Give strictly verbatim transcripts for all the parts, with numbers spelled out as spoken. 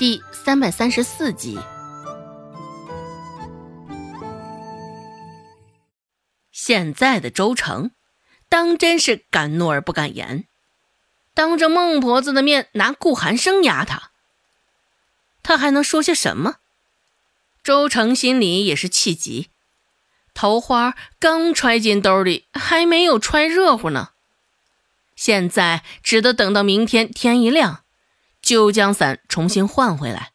第三百三十四集。现在的周成当真是敢怒而不敢言，当着孟婆子的面拿顾寒生压他，他还能说些什么？周成心里也是气急，头花刚揣进兜里，还没有揣热乎呢，现在只得等到明天天一亮，就将伞重新换回来。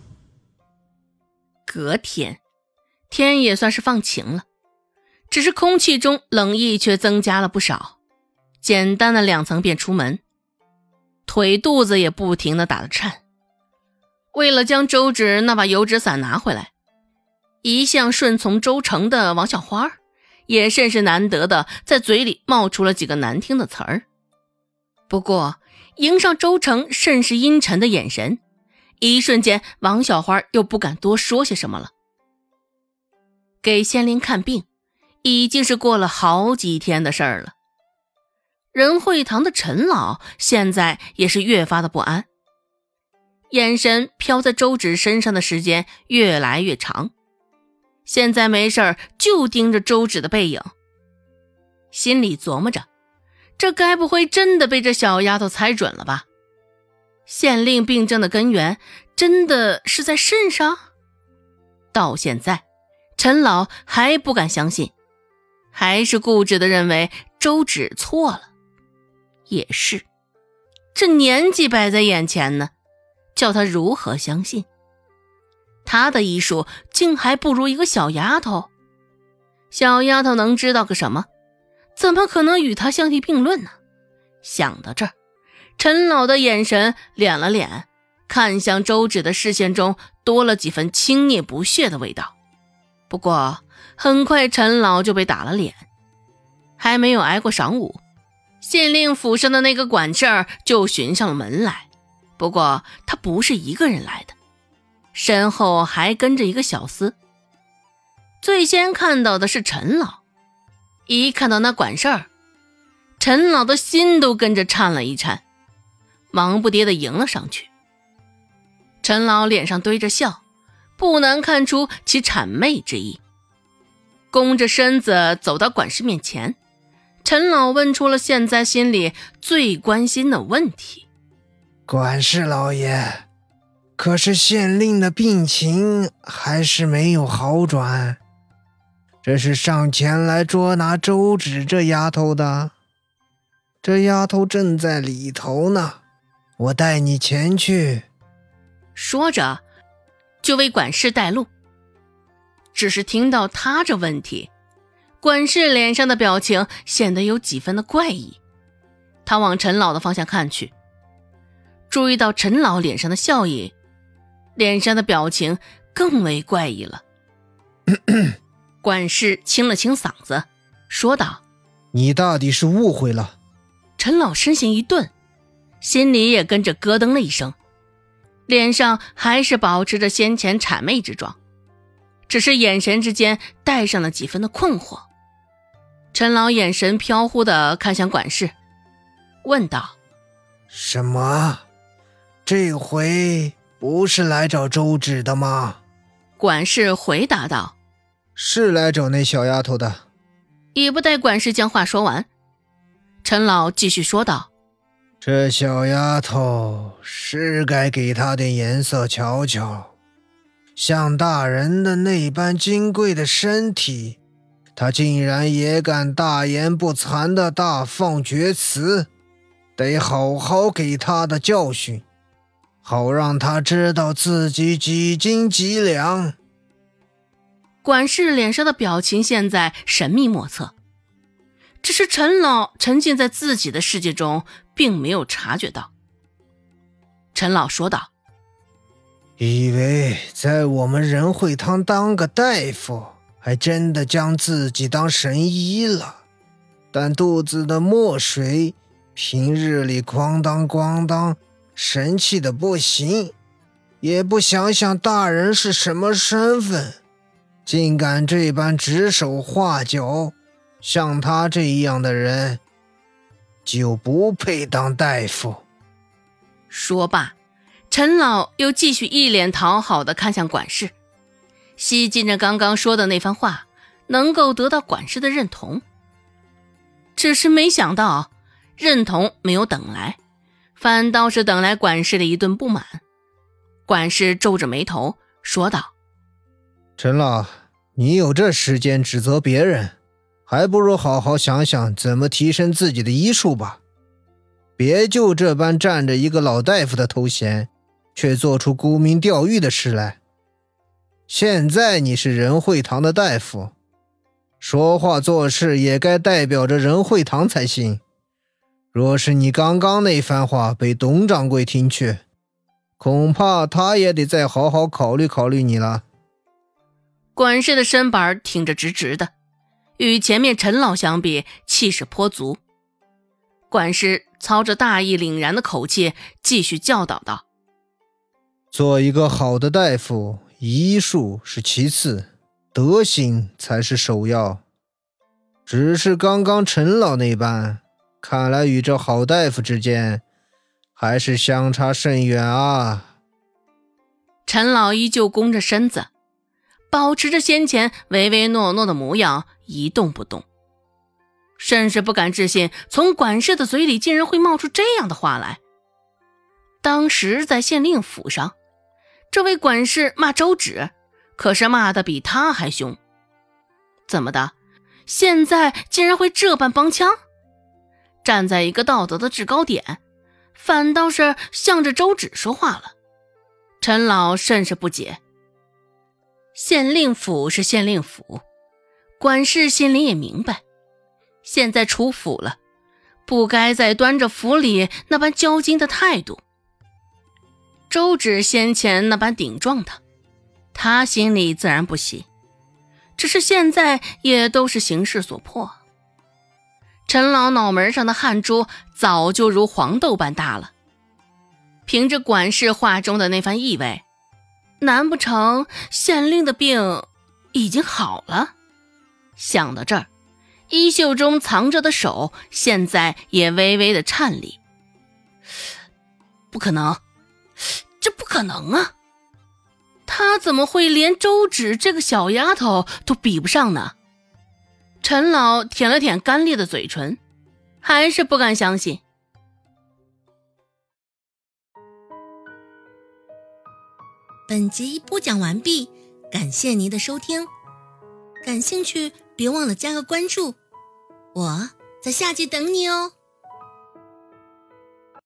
隔天天也算是放晴了，只是空气中冷意却增加了不少，简单的两层便出门，腿肚子也不停地打得颤。为了将周芷那把油纸伞拿回来，一向顺从周成的王小花也甚是难得的在嘴里冒出了几个难听的词儿。不过迎上周成甚是阴沉的眼神，一瞬间王小花又不敢多说些什么了。给仙灵看病已经是过了好几天的事儿了，仁惠堂的陈老现在也是越发的不安，眼神飘在周芷身上的时间越来越长，现在没事儿就盯着周芷的背影，心里琢磨着，这该不会真的被这小丫头猜准了吧？县令病症的根源真的是在肾上？到现在陈老还不敢相信，还是固执地认为周芷错了。也是，这年纪摆在眼前呢，叫他如何相信？他的医术竟还不如一个小丫头，小丫头能知道个什么？怎么可能与他相提并论呢？想到这儿，陈老的眼神敛了敛，看向周芷的视线中多了几分轻蔑不屑的味道。不过很快陈老就被打了脸，还没有挨过晌午，县令府上的那个管事儿就寻上了门来。不过他不是一个人来的，身后还跟着一个小厮。最先看到的是陈老，一看到那管事儿，陈老的心都跟着颤了一颤，忙不迭地迎了上去。陈老脸上堆着笑，不难看出其谄媚之意，弓着身子走到管事面前。陈老问出了现在心里最关心的问题： 管事老爷，可是县令的病情还是没有好转？这是上前来捉拿周芷这丫头的，这丫头正在里头呢，我带你前去。 说着就为管事带路。只是听到他这问题，管事脸上的表情显得有几分的怪异，他往陈老的方向看去，注意到陈老脸上的笑意，脸上的表情更为怪异了。管事清了清嗓子说道： 你大抵是误会了。 陈老身形一顿，心里也跟着咯噔了一声，脸上还是保持着先前谄媚之状，只是眼神之间带上了几分的困惑。陈老眼神飘忽地看向管事，问道： 什么？这回不是来找周芷的吗？ 管事回答道： 是来找那小丫头的。 也不待管事将话说完，陈老继续说道： 这小丫头是该给她点颜色瞧瞧，像大人的那般金贵的身体，她竟然也敢大言不惭的大放厥词，得好好给她的教训，好让她知道自己几斤几两。 管事脸上的表情现在神秘莫测，只是陈老沉浸在自己的世界中，并没有察觉到。陈老说道： 以为在我们仁惠堂当个大夫，还真的将自己当神医了。但肚子的墨水平日里哐当哐当神气的不行，也不想想大人是什么身份，竟敢这般指手画脚，像他这样的人就不配当大夫。 说罢， 陈老又继续一脸讨好地看向管事，希冀着刚刚说的那番话能够得到管事的认同。只是没想到认同没有等来，反倒是等来管事的一顿不满。管事皱着眉头说道： 陈老，你有这时间指责别人，还不如好好想想怎么提升自己的医术吧。别就这般占着一个老大夫的头衔，却做出沽名钓誉的事来。现在你是仁惠堂的大夫，说话做事也该代表着仁惠堂才行。若是你刚刚那番话被董掌柜听去，恐怕他也得再好好考虑考虑你了。 管事的身板挺着直直的，与前面陈老相比气势颇足。管事操着大义凛然的口气继续教导道： 做一个好的大夫，医术是其次，德行才是首要。只是刚刚陈老那般，看来与这好大夫之间还是相差甚远啊。 陈老依旧弓着身子，保持着先前唯唯诺诺的模样，一动不动，甚是不敢置信从管事的嘴里竟然会冒出这样的话来。当时在县令府上，这位管事骂周芷，可是骂得比他还凶。怎么的，现在竟然会这般帮腔？站在一个道德的制高点，反倒是向着周芷说话了。陈老甚是不解。县令府是县令府，管事心里也明白，现在出府了，不该再端着府里那般骄矜的态度。周芷先前那般顶撞他，他心里自然不喜，只是现在也都是形势所迫。陈老脑门上的汗珠早就如黄豆般大了，凭着管事话中的那番意味，难不成县令的病已经好了？想到这儿，衣袖中藏着的手现在也微微的颤栗。不可能，这不可能啊！他怎么会连周芷这个小丫头都比不上呢？陈老舔了舔干裂的嘴唇，还是不敢相信。 本集播讲完毕，感谢您的收听。感兴趣别忘了加个关注，我在下集等你哦。